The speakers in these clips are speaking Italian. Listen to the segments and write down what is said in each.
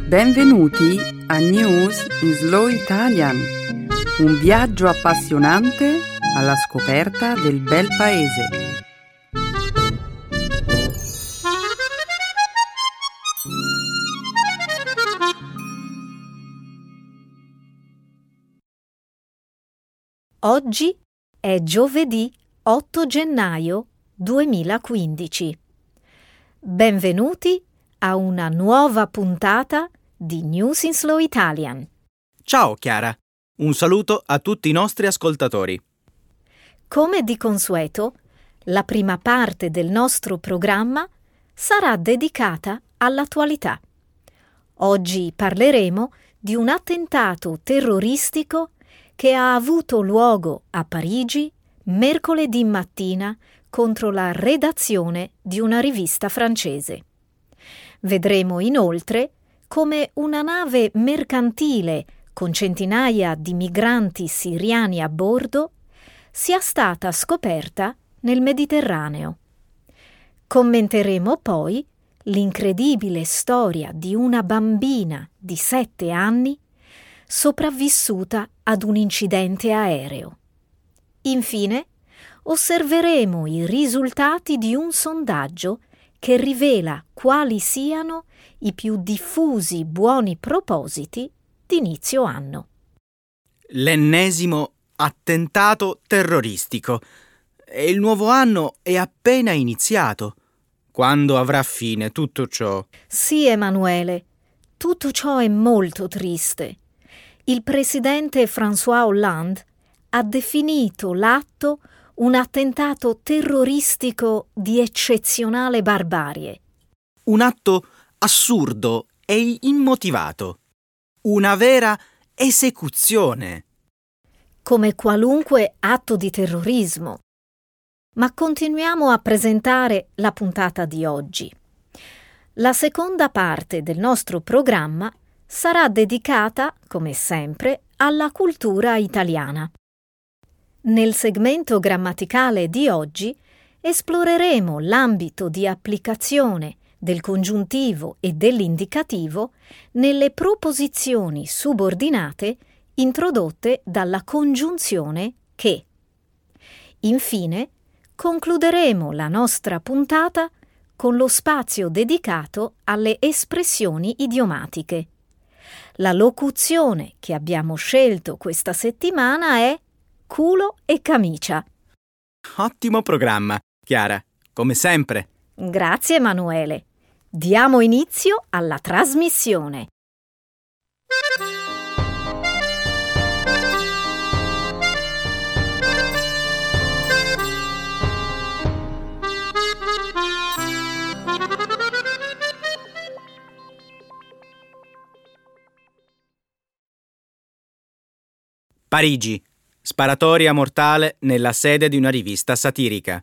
Benvenuti a News in Slow Italian, un viaggio appassionante alla scoperta del bel paese. Oggi è giovedì 8 gennaio 2015. Benvenuti a una nuova puntata di News in Slow Italian. Ciao Chiara, un saluto a tutti i nostri ascoltatori. Come di consueto, la prima parte del nostro programma sarà dedicata all'attualità. Oggi parleremo di un attentato terroristico che ha avuto luogo a Parigi mercoledì mattina contro la redazione di una rivista francese. Vedremo inoltre come una nave mercantile con centinaia di migranti siriani a bordo sia stata scoperta nel Mediterraneo. Commenteremo poi l'incredibile storia di una bambina di 7 anni sopravvissuta ad un incidente aereo. Infine, osserveremo i risultati di un sondaggio che rivela quali siano i più diffusi buoni propositi d'inizio anno. L'ennesimo attentato terroristico. E il nuovo anno è appena iniziato. Quando avrà fine tutto ciò? Sì, Emanuele, tutto ciò è molto triste. Il presidente François Hollande ha definito l'atto un attentato terroristico di eccezionale barbarie. Un atto assurdo e immotivato. Una vera esecuzione. Come qualunque atto di terrorismo. Ma continuiamo a presentare la puntata di oggi. La seconda parte del nostro programma sarà dedicata, come sempre, alla cultura italiana. Nel segmento grammaticale di oggi esploreremo l'ambito di applicazione del congiuntivo e dell'indicativo nelle proposizioni subordinate introdotte dalla congiunzione che. Infine, concluderemo la nostra puntata con lo spazio dedicato alle espressioni idiomatiche. La locuzione che abbiamo scelto questa settimana è culo e camicia. Ottimo programma, Chiara, come sempre. Grazie, Emanuele. Diamo inizio alla trasmissione. Parigi. Sparatoria mortale nella sede di una rivista satirica.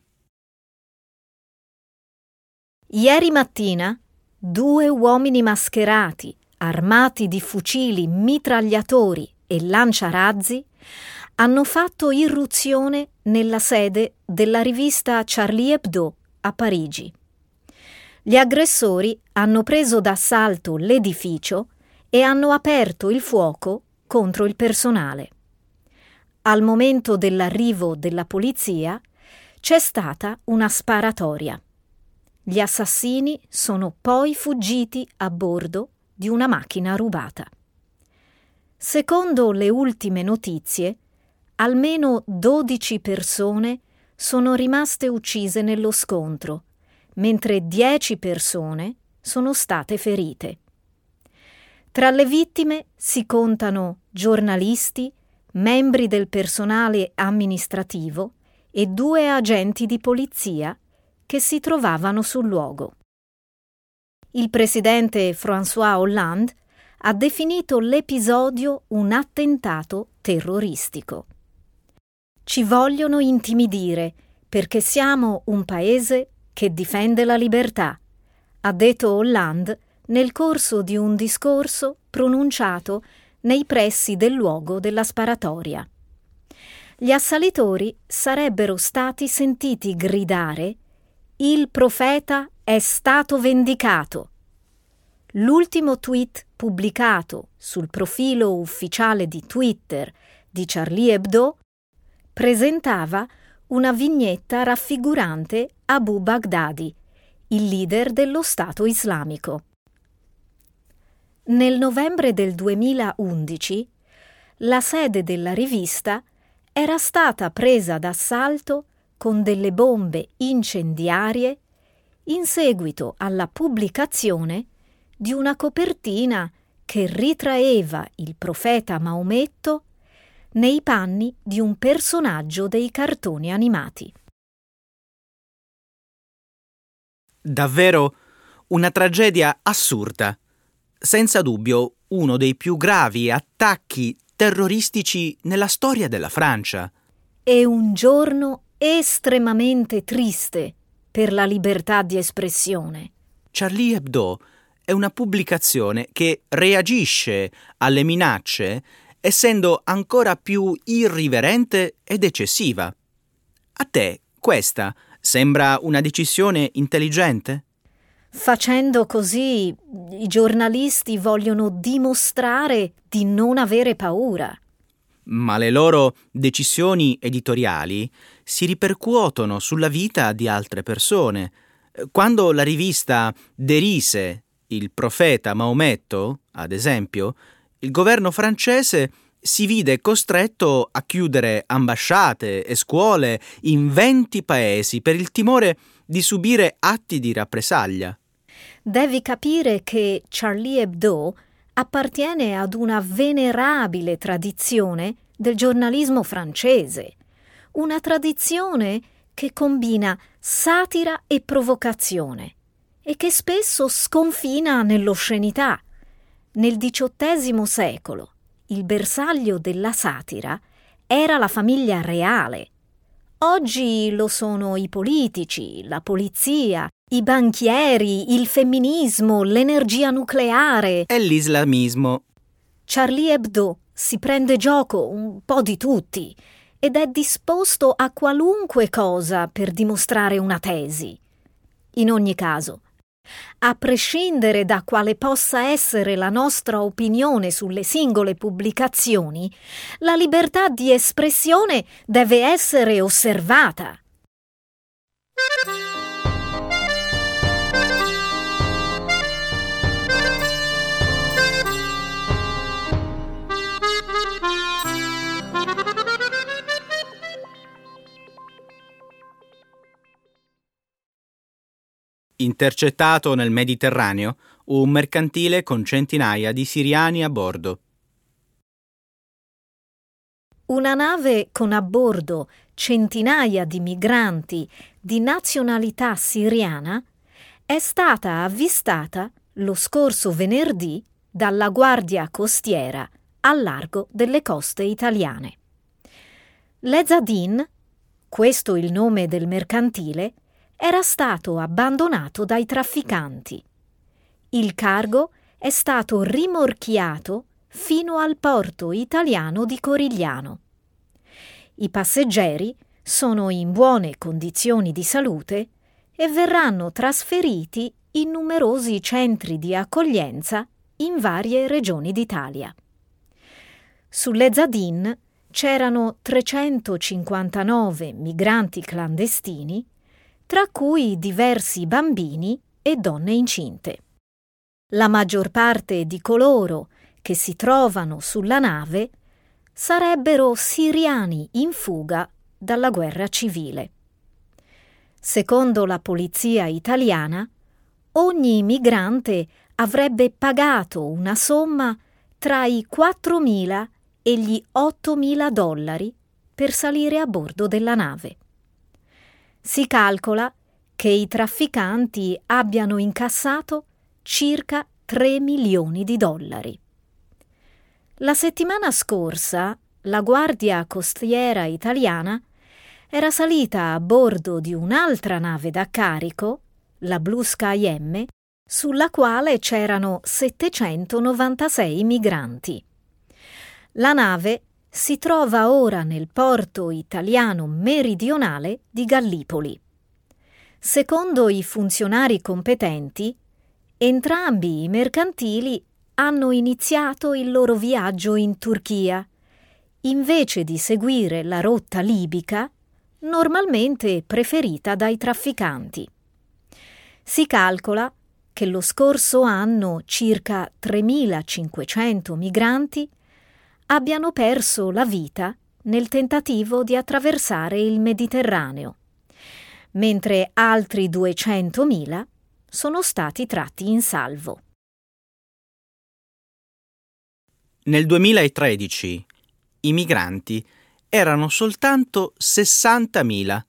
Ieri mattina, 2 uomini mascherati, armati di fucili mitragliatori e lanciarazzi, hanno fatto irruzione nella sede della rivista Charlie Hebdo a Parigi. Gli aggressori hanno preso d'assalto l'edificio e hanno aperto il fuoco contro il personale. Al momento dell'arrivo della polizia c'è stata una sparatoria. Gli assassini sono poi fuggiti a bordo di una macchina rubata. Secondo le ultime notizie, almeno 12 persone sono rimaste uccise nello scontro, mentre 10 persone sono state ferite. Tra le vittime si contano giornalisti, membri del personale amministrativo e 2 agenti di polizia che si trovavano sul luogo. Il presidente François Hollande ha definito l'episodio un attentato terroristico. Ci vogliono intimidire perché siamo un paese che difende la libertà, ha detto Hollande nel corso di un discorso pronunciato nei pressi del luogo della sparatoria. Gli assalitori sarebbero stati sentiti gridare «Il profeta è stato vendicato». L'ultimo tweet pubblicato sul profilo ufficiale di Twitter di Charlie Hebdo presentava una vignetta raffigurante Abu Baghdadi, il leader dello Stato islamico. Nel novembre del 2011 la sede della rivista era stata presa d'assalto con delle bombe incendiarie in seguito alla pubblicazione di una copertina che ritraeva il profeta Maometto nei panni di un personaggio dei cartoni animati. Davvero una tragedia assurda. Senza dubbio uno dei più gravi attacchi terroristici nella storia della Francia. È un giorno estremamente triste per la libertà di espressione. Charlie Hebdo è una pubblicazione che reagisce alle minacce essendo ancora più irriverente ed eccessiva. A te questa sembra una decisione intelligente? Facendo così, i giornalisti vogliono dimostrare di non avere paura. Ma le loro decisioni editoriali si ripercuotono sulla vita di altre persone. Quando la rivista derise il profeta Maometto, ad esempio, il governo francese si vide costretto a chiudere ambasciate e scuole in 20 paesi per il timore di subire atti di rappresaglia. Devi capire che Charlie Hebdo appartiene ad una venerabile tradizione del giornalismo francese, una tradizione che combina satira e provocazione e che spesso sconfina nell'oscenità. Nel XVIII secolo il bersaglio della satira era la famiglia reale. Oggi lo sono i politici, la polizia, i banchieri, il femminismo, l'energia nucleare e l'islamismo. Charlie Hebdo si prende gioco un po' di tutti ed è disposto a qualunque cosa per dimostrare una tesi. In ogni caso, a prescindere da quale possa essere la nostra opinione sulle singole pubblicazioni, la libertà di espressione deve essere osservata. Intercettato nel Mediterraneo un mercantile con centinaia di siriani a bordo. Una nave con a bordo centinaia di migranti di nazionalità siriana è stata avvistata lo scorso venerdì dalla Guardia Costiera al largo delle coste italiane. L'Ezadin, questo il nome del mercantile, era stato abbandonato dai trafficanti. Il cargo è stato rimorchiato fino al porto italiano di Corigliano. I passeggeri sono in buone condizioni di salute e verranno trasferiti in numerosi centri di accoglienza in varie regioni d'Italia. Sull'Ezadin c'erano 359 migranti clandestini, tra cui diversi bambini e donne incinte. La maggior parte di coloro che si trovano sulla nave sarebbero siriani in fuga dalla guerra civile. Secondo la polizia italiana, ogni migrante avrebbe pagato una somma tra i 4.000 e gli 8.000 dollari per salire a bordo della nave. Si calcola che i trafficanti abbiano incassato circa 3 milioni di dollari. La settimana scorsa la Guardia Costiera italiana era salita a bordo di un'altra nave da carico, la Blue Sky M, sulla quale c'erano 796 migranti. La nave si trova ora nel porto italiano meridionale di Gallipoli. Secondo i funzionari competenti, Entrambi i mercantili hanno iniziato il loro viaggio in Turchia, invece di seguire la rotta libica, normalmente preferita dai trafficanti. Si calcola che lo scorso anno circa 3.500 migranti abbiano perso la vita nel tentativo di attraversare il Mediterraneo, mentre altri 200.000 sono stati tratti in salvo. Nel 2013 i migranti erano soltanto 60.000,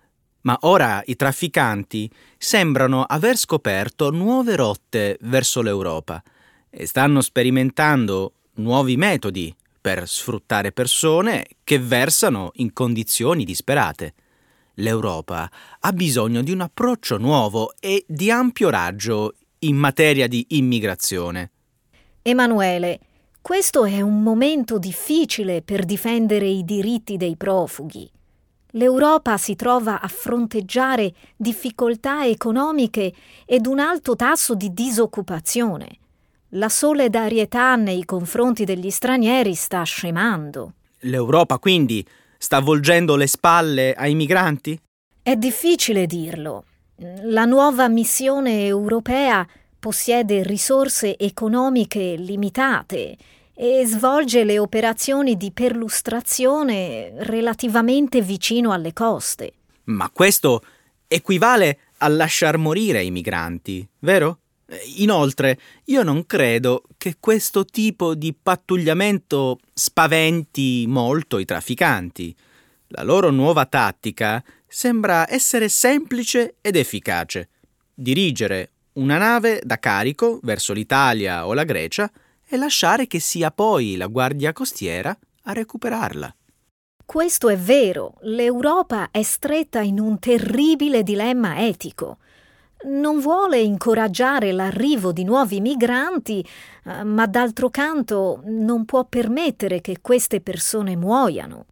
ma ora i trafficanti sembrano aver scoperto nuove rotte verso l'Europa e stanno sperimentando nuovi metodi per sfruttare persone che versano in condizioni disperate. L'Europa ha bisogno di un approccio nuovo e di ampio raggio in materia di immigrazione. Emanuele, questo è un momento difficile per difendere i diritti dei profughi. L'Europa si trova a fronteggiare difficoltà economiche ed un alto tasso di disoccupazione. La solidarietà nei confronti degli stranieri sta scemando. L'Europa quindi sta volgendo le spalle ai migranti? È difficile dirlo. La nuova missione europea possiede risorse economiche limitate e svolge le operazioni di perlustrazione relativamente vicino alle coste. Ma questo equivale a lasciar morire i migranti, vero? Inoltre, io non credo che questo tipo di pattugliamento spaventi molto i trafficanti. La loro nuova tattica sembra essere semplice ed efficace: dirigere una nave da carico verso l'Italia o la Grecia e lasciare che sia poi la Guardia Costiera a recuperarla. Questo è vero, l'Europa è stretta in un terribile dilemma etico. Non vuole incoraggiare l'arrivo di nuovi migranti, ma d'altro canto non può permettere che queste persone muoiano.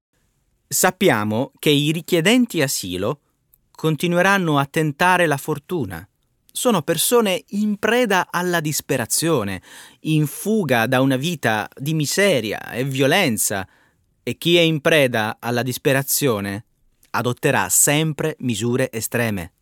Sappiamo che i richiedenti asilo continueranno a tentare la fortuna. Sono persone in preda alla disperazione, in fuga da una vita di miseria e violenza, e chi è in preda alla disperazione adotterà sempre misure estreme.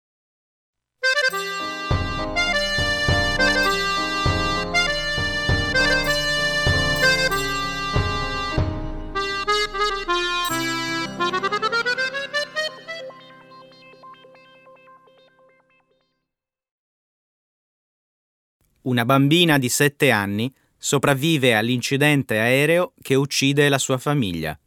Una bambina di 7 anni sopravvive all'incidente aereo che uccide la sua famiglia.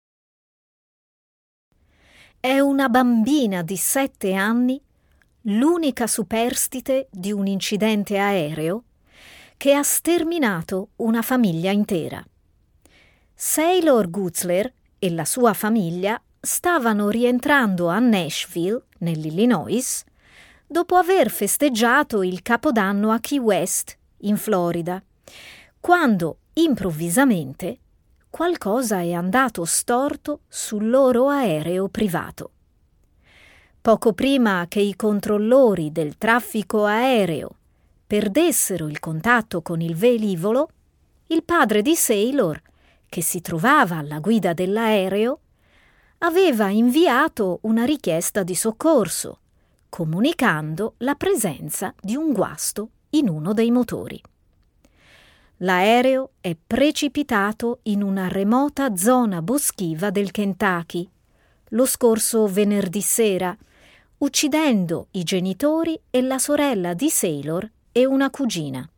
È una bambina di 7 anni, l'unica superstite di un incidente aereo che ha sterminato una famiglia intera. Sailor Gutzler e la sua famiglia stavano rientrando a Nashville, nell'Illinois, dopo aver festeggiato il Capodanno a Key West, in Florida, quando improvvisamente qualcosa è andato storto sul loro aereo privato. Poco prima che i controllori del traffico aereo perdessero il contatto con il velivolo, il padre di Sailor, che si trovava alla guida dell'aereo, aveva inviato una richiesta di soccorso, comunicando la presenza di un guasto in uno dei motori. L'aereo è precipitato in una remota zona boschiva del Kentucky lo scorso venerdì sera, uccidendo i genitori e la sorella di Sailor e una cugina.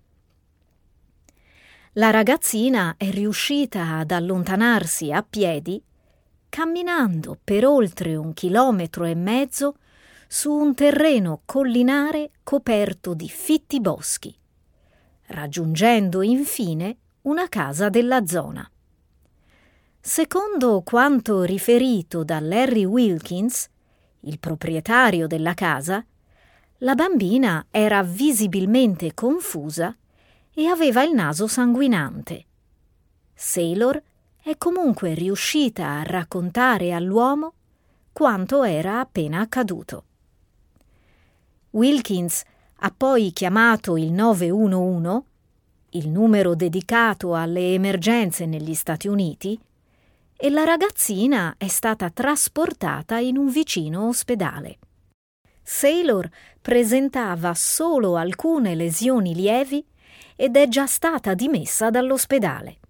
La ragazzina è riuscita ad allontanarsi a piedi, camminando per oltre 1,5 chilometri su un terreno collinare coperto di fitti boschi, raggiungendo infine una casa della zona. Secondo quanto riferito da Larry Wilkins, il proprietario della casa, la bambina era visibilmente confusa e aveva il naso sanguinante. Sailor è comunque riuscita a raccontare all'uomo quanto era appena accaduto. Wilkins Ha poi chiamato il 911, il numero dedicato alle emergenze negli Stati Uniti, e la ragazzina è stata trasportata in un vicino ospedale. Saylor presentava solo alcune lesioni lievi ed è già stata dimessa dall'ospedale.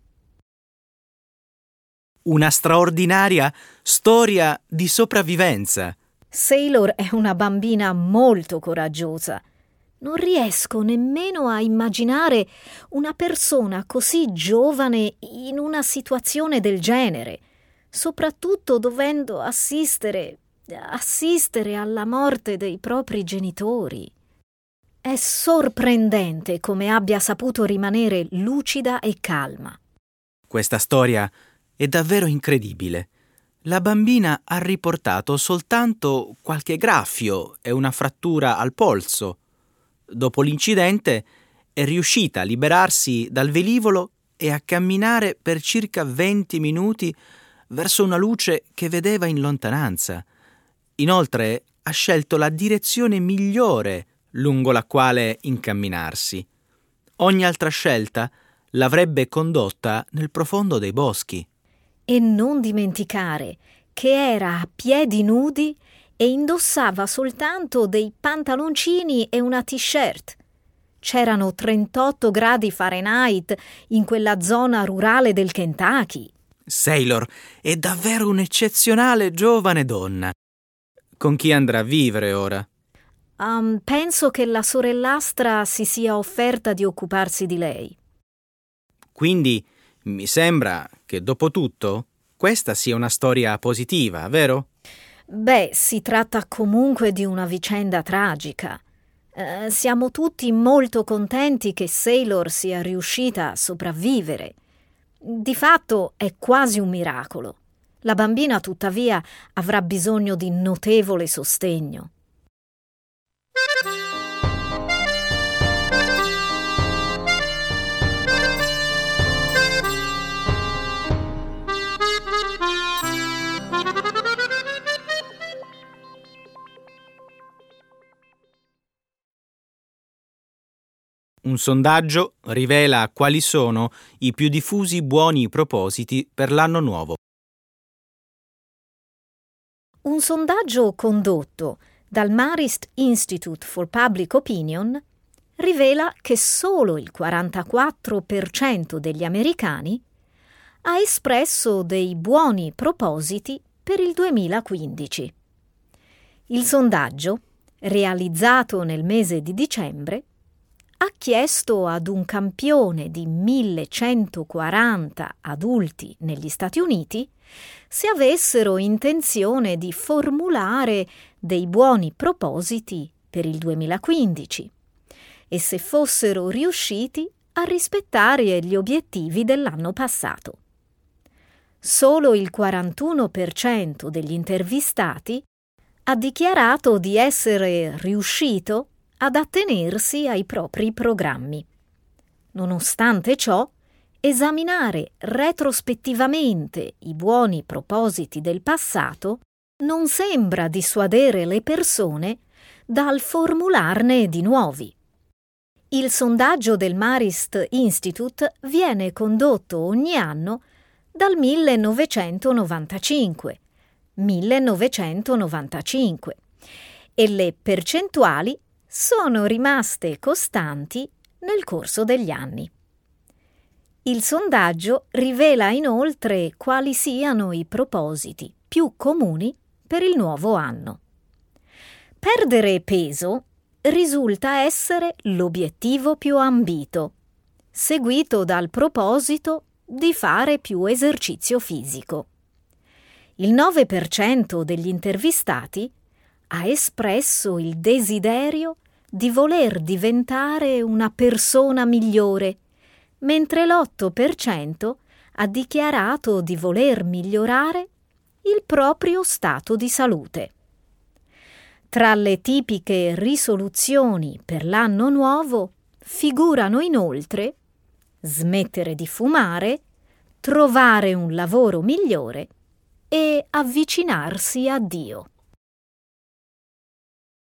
Una straordinaria storia di sopravvivenza. Saylor è una bambina molto coraggiosa. Non riesco nemmeno a immaginare una persona così giovane in una situazione del genere, soprattutto dovendo assistere alla morte dei propri genitori. È sorprendente come abbia saputo rimanere lucida e calma. Questa storia è davvero incredibile. La bambina ha riportato soltanto qualche graffio e una frattura al polso. Dopo l'incidente è riuscita a liberarsi dal velivolo e a camminare per circa 20 minuti verso una luce che vedeva in lontananza. Inoltre ha scelto la direzione migliore lungo la quale incamminarsi. Ogni altra scelta l'avrebbe condotta nel profondo dei boschi. E non dimenticare che era a piedi nudi e indossava soltanto dei pantaloncini e una t-shirt. C'erano 38 gradi Fahrenheit in quella zona rurale del Kentucky. Saylor è davvero un'eccezionale giovane donna. Con chi andrà a vivere ora? Penso che la sorellastra si sia offerta di occuparsi di lei. Quindi mi sembra che dopo tutto questa sia una storia positiva, vero? Beh, si tratta comunque di una vicenda tragica. Siamo tutti molto contenti che Saylor sia riuscita a sopravvivere. Di fatto è quasi un miracolo. La bambina, tuttavia, avrà bisogno di notevole sostegno. Un sondaggio rivela quali sono i più diffusi buoni propositi per l'anno nuovo. Un sondaggio condotto dal Marist Institute for Public Opinion rivela che solo il 44% degli americani ha espresso dei buoni propositi per il 2015. Il sondaggio, realizzato nel mese di dicembre, ha chiesto ad un campione di 1140 adulti negli Stati Uniti se avessero intenzione di formulare dei buoni propositi per il 2015 e se fossero riusciti a rispettare gli obiettivi dell'anno passato. Solo il 41% degli intervistati ha dichiarato di essere riuscito ad attenersi ai propri programmi. Nonostante ciò, esaminare retrospettivamente i buoni propositi del passato non sembra dissuadere le persone dal formularne di nuovi. Il sondaggio del Marist Institute viene condotto ogni anno dal 1995 e le percentuali sono rimaste costanti nel corso degli anni. Il sondaggio rivela inoltre quali siano i propositi più comuni per il nuovo anno. Perdere peso risulta essere l'obiettivo più ambito, seguito dal proposito di fare più esercizio fisico. Il 9% degli intervistati ha espresso il desiderio di voler diventare una persona migliore, mentre l'8% ha dichiarato di voler migliorare il proprio stato di salute. Tra le tipiche risoluzioni per l'anno nuovo figurano inoltre smettere di fumare, trovare un lavoro migliore e avvicinarsi a Dio.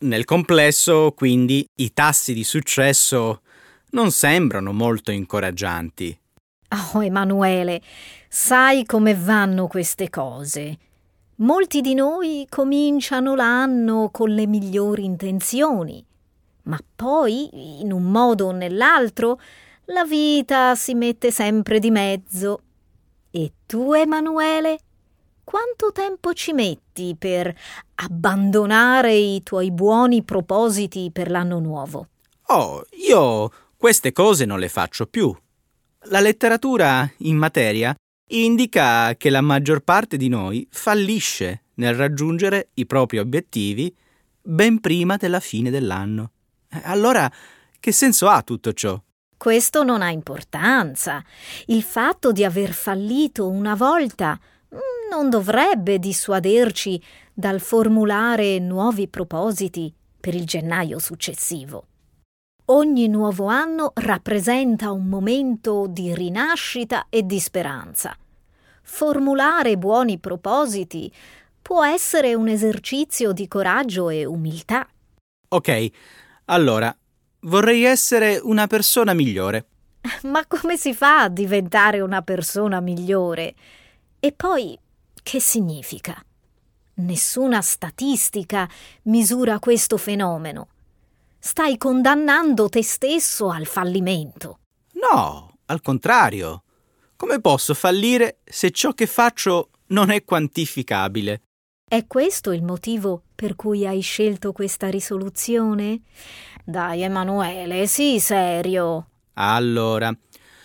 Nel complesso, quindi, i tassi di successo non sembrano molto incoraggianti. Oh, Emanuele, sai come vanno queste cose. Molti di noi cominciano l'anno con le migliori intenzioni, ma poi, in un modo o nell'altro, la vita si mette sempre di mezzo. E tu, Emanuele, quanto tempo ci metti per abbandonare i tuoi buoni propositi per l'anno nuovo? Oh, io queste cose non le faccio più. La letteratura in materia indica che la maggior parte di noi fallisce nel raggiungere i propri obiettivi ben prima della fine dell'anno. Allora, che senso ha tutto ciò? Questo non ha importanza. Il fatto di aver fallito una volta non dovrebbe dissuaderci dal formulare nuovi propositi per il gennaio successivo. Ogni nuovo anno rappresenta un momento di rinascita e di speranza. Formulare buoni propositi può essere un esercizio di coraggio e umiltà. Ok, allora, vorrei essere una persona migliore. Ma come si fa a diventare una persona migliore? E poi, che significa? Nessuna statistica misura questo fenomeno. Stai condannando te stesso al fallimento. No, al contrario. Come posso fallire se ciò che faccio non è quantificabile? È questo il motivo per cui hai scelto questa risoluzione? Dai, Emanuele, sii serio. Allora,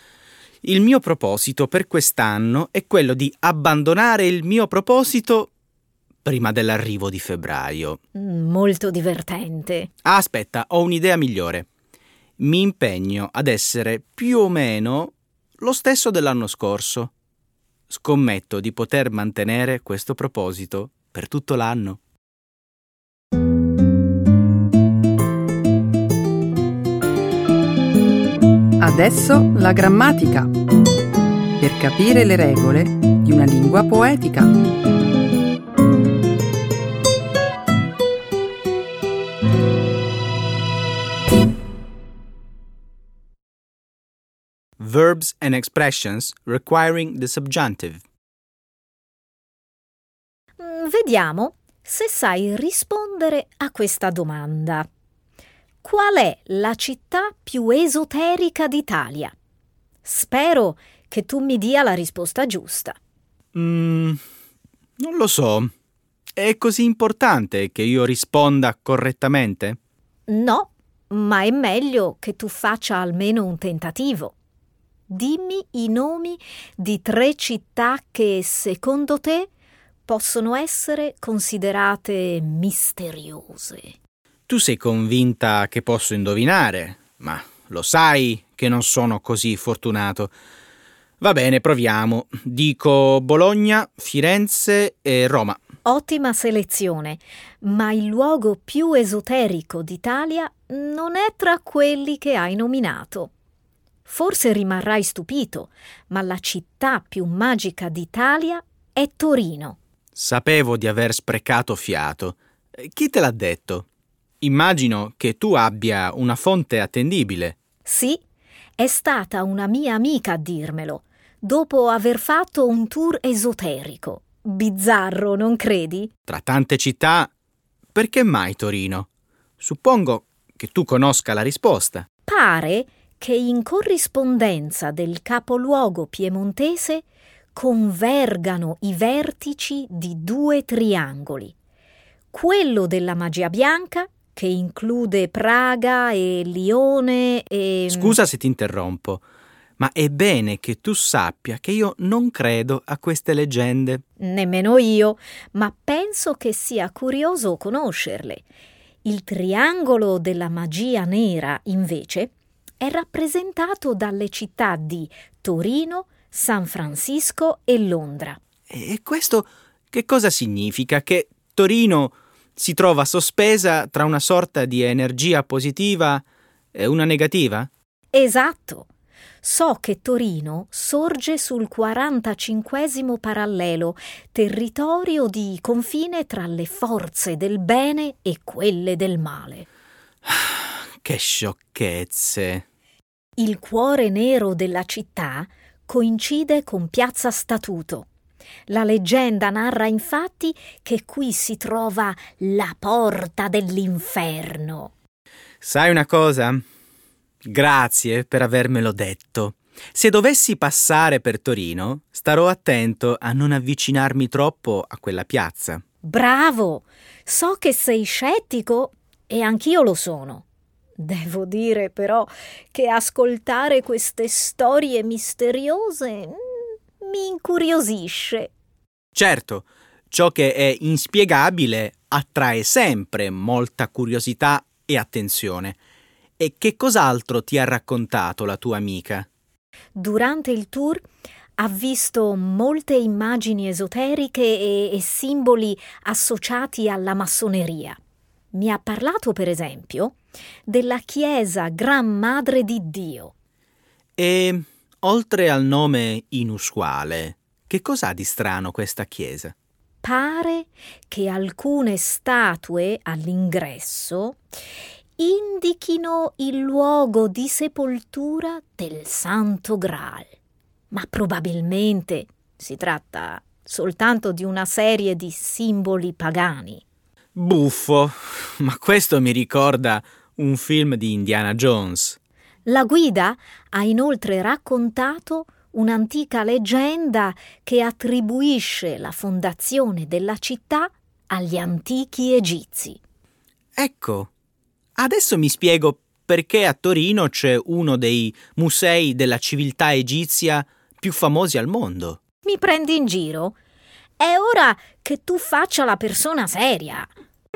il mio proposito per quest'anno è quello di abbandonare il mio proposito prima dell'arrivo di febbraio. Molto divertente. Aspetta, ho un'idea migliore. Mi impegno ad essere più o meno lo stesso dell'anno scorso. Scommetto di poter mantenere questo proposito per tutto l'anno. Adesso la grammatica. Per capire le regole di una lingua poetica. Verbs and expressions requiring the subjunctive. Vediamo se sai rispondere a questa domanda. Qual è la città più esoterica d'Italia? Spero che tu mi dia la risposta giusta. Non lo so. È così importante che io risponda correttamente? No, ma è meglio che tu faccia almeno un tentativo. Dimmi i nomi di 3 città che, secondo te, possono essere considerate misteriose. Tu sei convinta che posso indovinare, ma lo sai che non sono così fortunato. Va bene, proviamo. Dico Bologna, Firenze e Roma. Ottima selezione, ma il luogo più esoterico d'Italia non è tra quelli che hai nominato. Forse rimarrai stupito, ma la città più magica d'Italia è Torino. Sapevo di aver sprecato fiato. Chi te l'ha detto? Immagino che tu abbia una fonte attendibile. Sì, è stata una mia amica a dirmelo, dopo aver fatto un tour esoterico. Bizzarro, non credi? Tra tante città, perché mai Torino? Suppongo che tu conosca la risposta. Pare che in corrispondenza del capoluogo piemontese convergano i vertici di 2 triangoli. Quello della magia bianca, che include Praga e Lione e... Scusa se ti interrompo, ma è bene che tu sappia che io non credo a queste leggende. Nemmeno io, ma penso che sia curioso conoscerle. Il triangolo della magia nera, invece, è rappresentato dalle città di Torino, San Francisco e Londra. E questo che cosa significa? Che Torino si trova sospesa tra una sorta di energia positiva e una negativa? Esatto. So che Torino sorge sul 45° parallelo, territorio di confine tra le forze del bene e quelle del male. Che sciocchezze! Il cuore nero della città coincide con Piazza Statuto. La leggenda narra infatti che qui si trova la porta dell'inferno. Sai una cosa? Grazie per avermelo detto. Se dovessi passare per Torino, starò attento a non avvicinarmi troppo a quella piazza. Bravo! So che sei scettico e anch'io lo sono. Devo dire però che ascoltare queste storie misteriose mi incuriosisce. Certo, ciò che è inspiegabile attrae sempre molta curiosità e attenzione. E che cos'altro ti ha raccontato la tua amica? Durante il tour ha visto molte immagini esoteriche e simboli associati alla massoneria. Mi ha parlato, per esempio, della Chiesa Gran Madre di Dio. E, oltre al nome inusuale, che cos'ha di strano questa chiesa? Pare che alcune statue all'ingresso indichino il luogo di sepoltura del Santo Graal, ma probabilmente si tratta soltanto di una serie di simboli pagani. Buffo, ma questo mi ricorda un film di Indiana Jones. La guida ha inoltre raccontato un'antica leggenda che attribuisce la fondazione della città agli antichi egizi. Ecco, adesso mi spiego perché a Torino c'è uno dei musei della civiltà egizia più famosi al mondo. Mi prendi in giro? È ora che tu faccia la persona seria.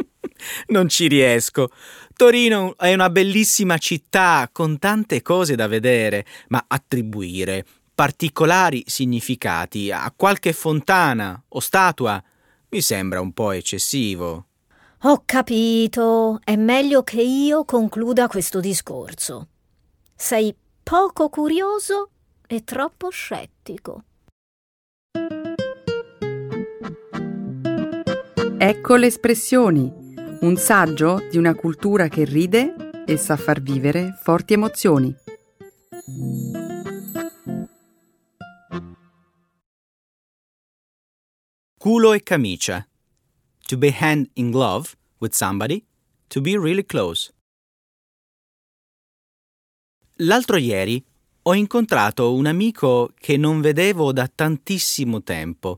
Non ci riesco. Torino è una bellissima città con tante cose da vedere, ma attribuire particolari significati a qualche fontana o statua mi sembra un po' eccessivo. Ho capito, è meglio che io concluda questo discorso. Sei poco curioso e troppo scettico. Ecco le espressioni, un saggio di una cultura che ride e sa far vivere forti emozioni. Culo e camicia. To be hand in glove with somebody, to be really close. L'altro ieri ho incontrato un amico che non vedevo da tantissimo tempo.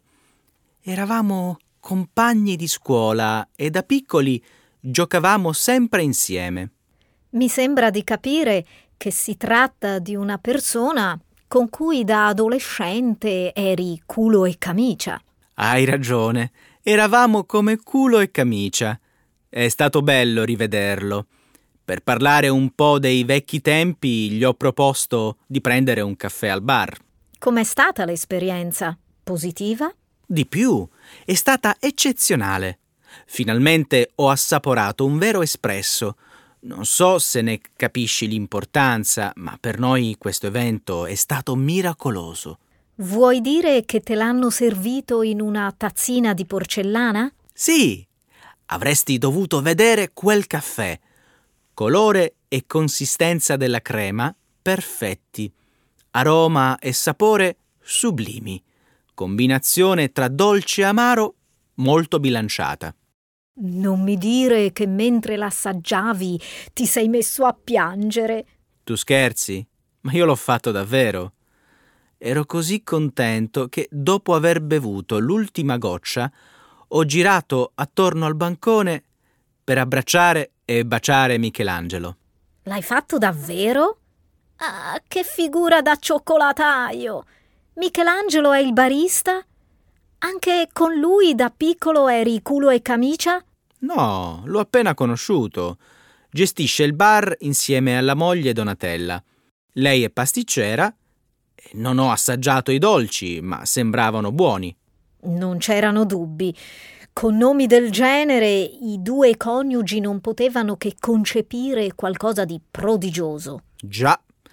Eravamo compagni di scuola e da piccoli giocavamo sempre insieme. Mi sembra di capire che si tratta di una persona con cui da adolescente eri culo e camicia. Hai ragione, eravamo come culo e camicia. È stato bello rivederlo. Per parlare un po' dei vecchi tempi gli ho proposto di prendere un caffè al bar. Com'è stata l'esperienza? Positiva? Di più, è stata eccezionale. Finalmente ho assaporato un vero espresso. Non so se ne capisci l'importanza, ma per noi questo evento è stato miracoloso. Vuoi dire che te l'hanno servito in una tazzina di porcellana? Sì, avresti dovuto vedere quel caffè. Colore e consistenza della crema perfetti. Aroma e sapore sublimi. Combinazione tra dolce e amaro molto bilanciata. Non mi dire che mentre l'assaggiavi ti sei messo a piangere. Tu scherzi? Ma io l'ho fatto davvero. Ero così contento che dopo aver bevuto l'ultima goccia ho girato attorno al bancone per abbracciare e baciare Michelangelo. L'hai fatto davvero? Ah, che figura da cioccolataio! Michelangelo è il barista? Anche con lui da piccolo eri culo e camicia? No, l'ho appena conosciuto. Gestisce il bar insieme alla moglie Donatella. Lei è pasticcera. Non ho assaggiato i dolci, ma sembravano buoni. Non c'erano dubbi. Con nomi del genere i due coniugi non potevano che concepire qualcosa di prodigioso. Già,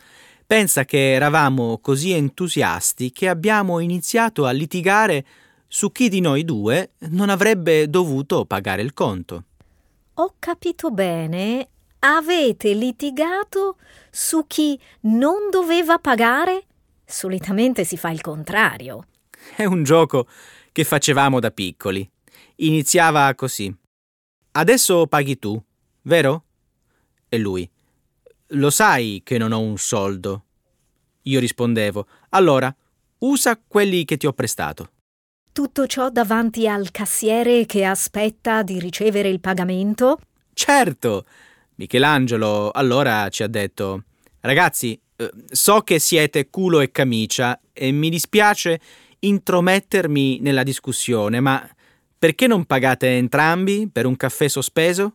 Pensa che eravamo così entusiasti che abbiamo iniziato a litigare su chi di noi due non avrebbe dovuto pagare il conto. Ho capito bene, avete litigato su chi non doveva pagare? Solitamente si fa il contrario. È un gioco che facevamo da piccoli. Iniziava così. Adesso paghi tu, vero? E lui. Lo sai che non ho un soldo. Io rispondevo. Allora, usa quelli che ti ho prestato. Tutto ciò davanti al cassiere che aspetta di ricevere il pagamento? Certo! Michelangelo allora ci ha detto: ragazzi, so che siete culo e camicia e mi dispiace intromettermi nella discussione, ma perché non pagate entrambi per un caffè sospeso?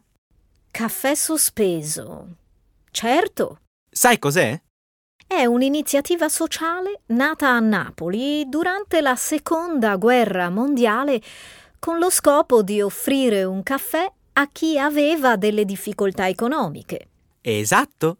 Caffè sospeso. Certo. Sai cos'è? È un'iniziativa sociale nata a Napoli durante la Seconda Guerra Mondiale con lo scopo di offrire un caffè a chi aveva delle difficoltà economiche. Esatto.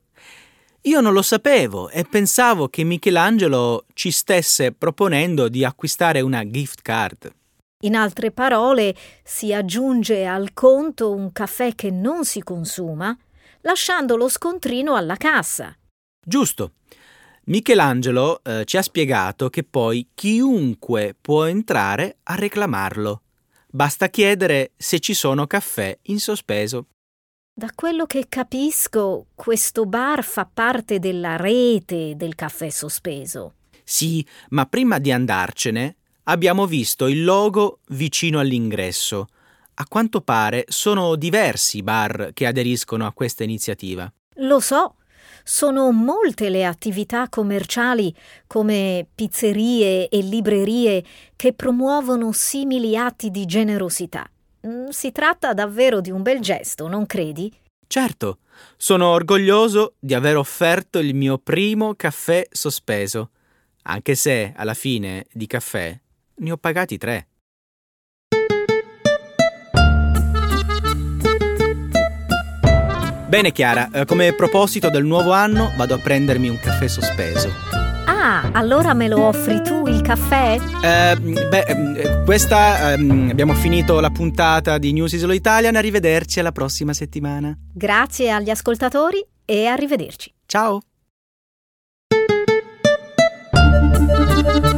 Io non lo sapevo e pensavo che Michelangelo ci stesse proponendo di acquistare una gift card. In altre parole, si aggiunge al conto un caffè che non si consuma, lasciando lo scontrino alla cassa. Giusto. Michelangelo ci ha spiegato che poi chiunque può entrare a reclamarlo. Basta chiedere se ci sono caffè in sospeso. Da quello che capisco, questo bar fa parte della rete del caffè sospeso. Sì, ma prima di andarcene abbiamo visto il logo vicino all'ingresso. A quanto pare sono diversi bar che aderiscono a questa iniziativa. Lo so, sono molte le attività commerciali come pizzerie e librerie che promuovono simili atti di generosità. Si tratta davvero di un bel gesto, non credi? Certo, sono orgoglioso di aver offerto il mio primo caffè sospeso, anche se alla fine di caffè ne ho pagati 3. Bene Chiara, come proposito del nuovo anno vado a prendermi un caffè sospeso. Ah, allora me lo offri tu il caffè? Abbiamo finito la puntata di News Islo Italian. Arrivederci alla prossima settimana. Grazie agli ascoltatori e arrivederci. Ciao!